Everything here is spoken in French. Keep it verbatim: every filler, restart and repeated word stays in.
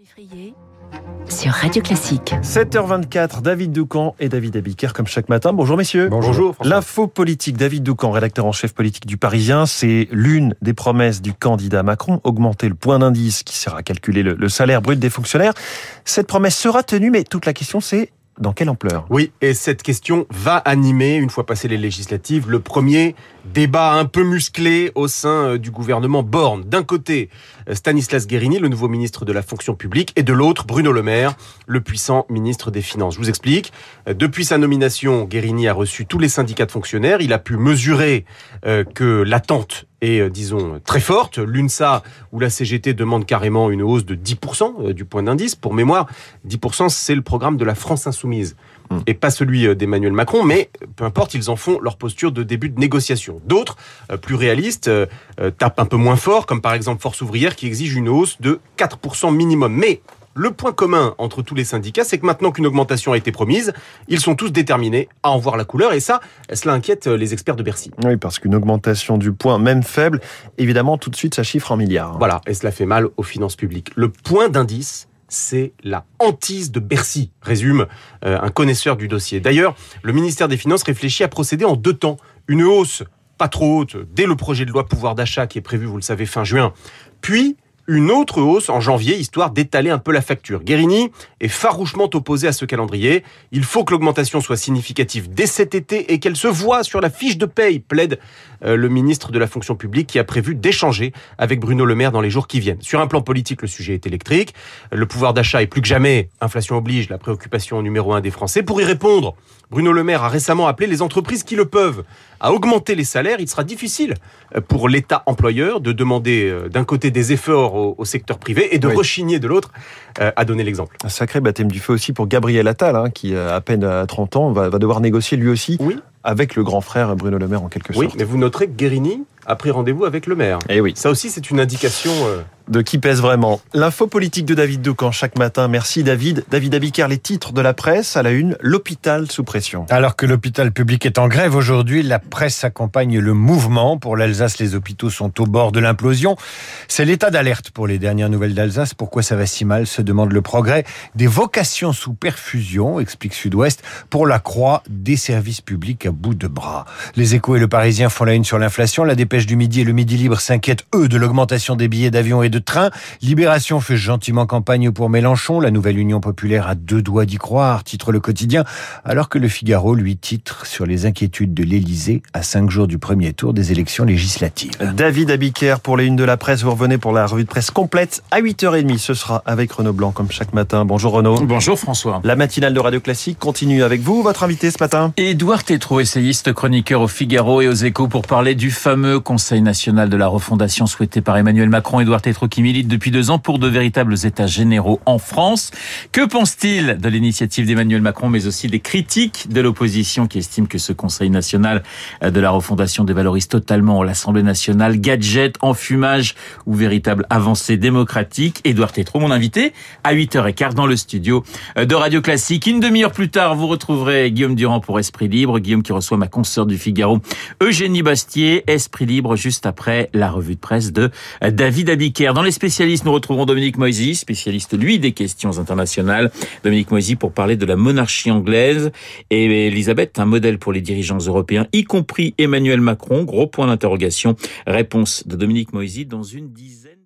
Février sur Radio Classique. sept heures vingt-quatre, David Doucan et David Abiker comme chaque matin. Bonjour messieurs. Bonjour. Bonjour L'info politique, David Doucan, rédacteur en chef politique du Parisien, c'est l'une des promesses du candidat Macron, augmenter le point d'indice qui sert à calculer le, le salaire brut des fonctionnaires. Cette promesse sera tenue, mais toute la question c'est dans quelle ampleur ? Oui, et cette question va animer, une fois passées les législatives, le premier débat un peu musclé au sein du gouvernement Borne. D'un côté, Stanislas Guerini, le nouveau ministre de la fonction publique, et de l'autre, Bruno Le Maire, le puissant ministre des Finances. Je vous explique. Depuis sa nomination, Guerini a reçu tous les syndicats de fonctionnaires. Il a pu mesurer euh, que l'attente est, disons, très forte. L'UNSA ou la C G T demande carrément une hausse de dix pour cent du point d'indice. Pour mémoire, dix pour cent, c'est le programme de la France Insoumise. Et pas celui d'Emmanuel Macron, mais peu importe, ils en font leur posture de début de négociation. D'autres, plus réalistes, euh, tapent un peu moins fort, comme par exemple Force Ouvrière, qui exige une hausse de quatre pour cent minimum. Mais le point commun entre tous les syndicats, c'est que maintenant qu'une augmentation a été promise, ils sont tous déterminés à en voir la couleur, et ça, cela inquiète les experts de Bercy. Oui, parce qu'une augmentation du point, même faible, évidemment, tout de suite, ça chiffre en milliards. Voilà, et cela fait mal aux finances publiques. Le point d'indice, c'est la hantise de Bercy, résume euh, un connaisseur du dossier. D'ailleurs, le ministère des Finances réfléchit à procéder en deux temps. Une hausse pas trop haute dès le projet de loi pouvoir d'achat qui est prévu, vous le savez, fin juin. Puis une autre hausse en janvier, histoire d'étaler un peu la facture. Guerini est farouchement opposé à ce calendrier. Il faut que l'augmentation soit significative dès cet été et qu'elle se voie sur la fiche de paye, plaide euh, le ministre de la fonction publique qui a prévu d'échanger avec Bruno Le Maire dans les jours qui viennent. Sur un plan politique, le sujet est électrique. Le pouvoir d'achat est plus que jamais, inflation oblige, la préoccupation numéro un des Français. Pour y répondre, Bruno Le Maire a récemment appelé les entreprises qui le peuvent à augmenter les salaires. Il sera difficile pour l'État employeur de demander d'un côté des efforts au, au secteur privé et de oui. rechigner de l'autre euh, à donner l'exemple. Un sacré baptême du feu aussi pour Gabriel Attal, hein, qui à peine à trente ans va, va devoir négocier lui aussi oui. avec le grand frère Bruno Le Maire en quelque sorte. Oui, mais vous noterez que Guerini a pris rendez-vous avec Le Maire. Et oui. Ça aussi, c'est une indication... Euh... de qui pèse vraiment. L'info politique de David Doucan chaque matin. Merci David. David Abiker, les titres de la presse à la une, l'hôpital sous pression. Alors que l'hôpital public est en grève aujourd'hui, la presse accompagne le mouvement. Pour l'Alsace, les hôpitaux sont au bord de l'implosion. C'est l'état d'alerte pour les dernières nouvelles d'Alsace. Pourquoi ça va si mal, se demande le Progrès. Des vocations sous perfusion, explique Sud-Ouest, pour la croix des services publics à bout de bras. Les Échos et le Parisien font la une sur l'inflation. La Dépêche du Midi et le Midi Libre s'inquiètent, eux, de l'augmentation des billets d'avion et de train. Libération fait gentiment campagne pour Mélenchon. La nouvelle Union populaire a deux doigts d'y croire, titre le quotidien, alors que le Figaro, lui, titre sur les inquiétudes de l'Élysée à cinq jours du premier tour des élections législatives. David Abiker pour les unes de la presse. Vous revenez pour la revue de presse complète à huit heures trente. Ce sera avec Renaud Blanc comme chaque matin. Bonjour Renaud. Bonjour François. La matinale de Radio Classique continue avec vous. Votre invité ce matin ? Édouard Tétrault, essayiste, chroniqueur au Figaro et aux Échos pour parler du fameux Conseil national de la refondation souhaité par Emmanuel Macron. Édouard Tétrault qui milite depuis deux ans pour de véritables états généraux en France. Que pense-t-il de l'initiative d'Emmanuel Macron, mais aussi des critiques de l'opposition qui estime que ce Conseil national de la refondation dévalorise totalement l'Assemblée nationale, gadget, enfumage ou véritable avancée démocratique? Édouard Tétrault, mon invité, à huit heures quinze dans le studio de Radio Classique. Une demi-heure plus tard, vous retrouverez Guillaume Durand pour Esprit Libre. Guillaume qui reçoit ma consoeur du Figaro, Eugénie Bastier. Esprit Libre juste après la revue de presse de David Abiker. Dans les spécialistes, nous retrouvons Dominique Moisy, spécialiste, lui, des questions internationales. Dominique Moisy pour parler de la monarchie anglaise. Et Elisabeth, un modèle pour les dirigeants européens, y compris Emmanuel Macron. Gros point d'interrogation. Réponse de Dominique Moisy dans une dizaine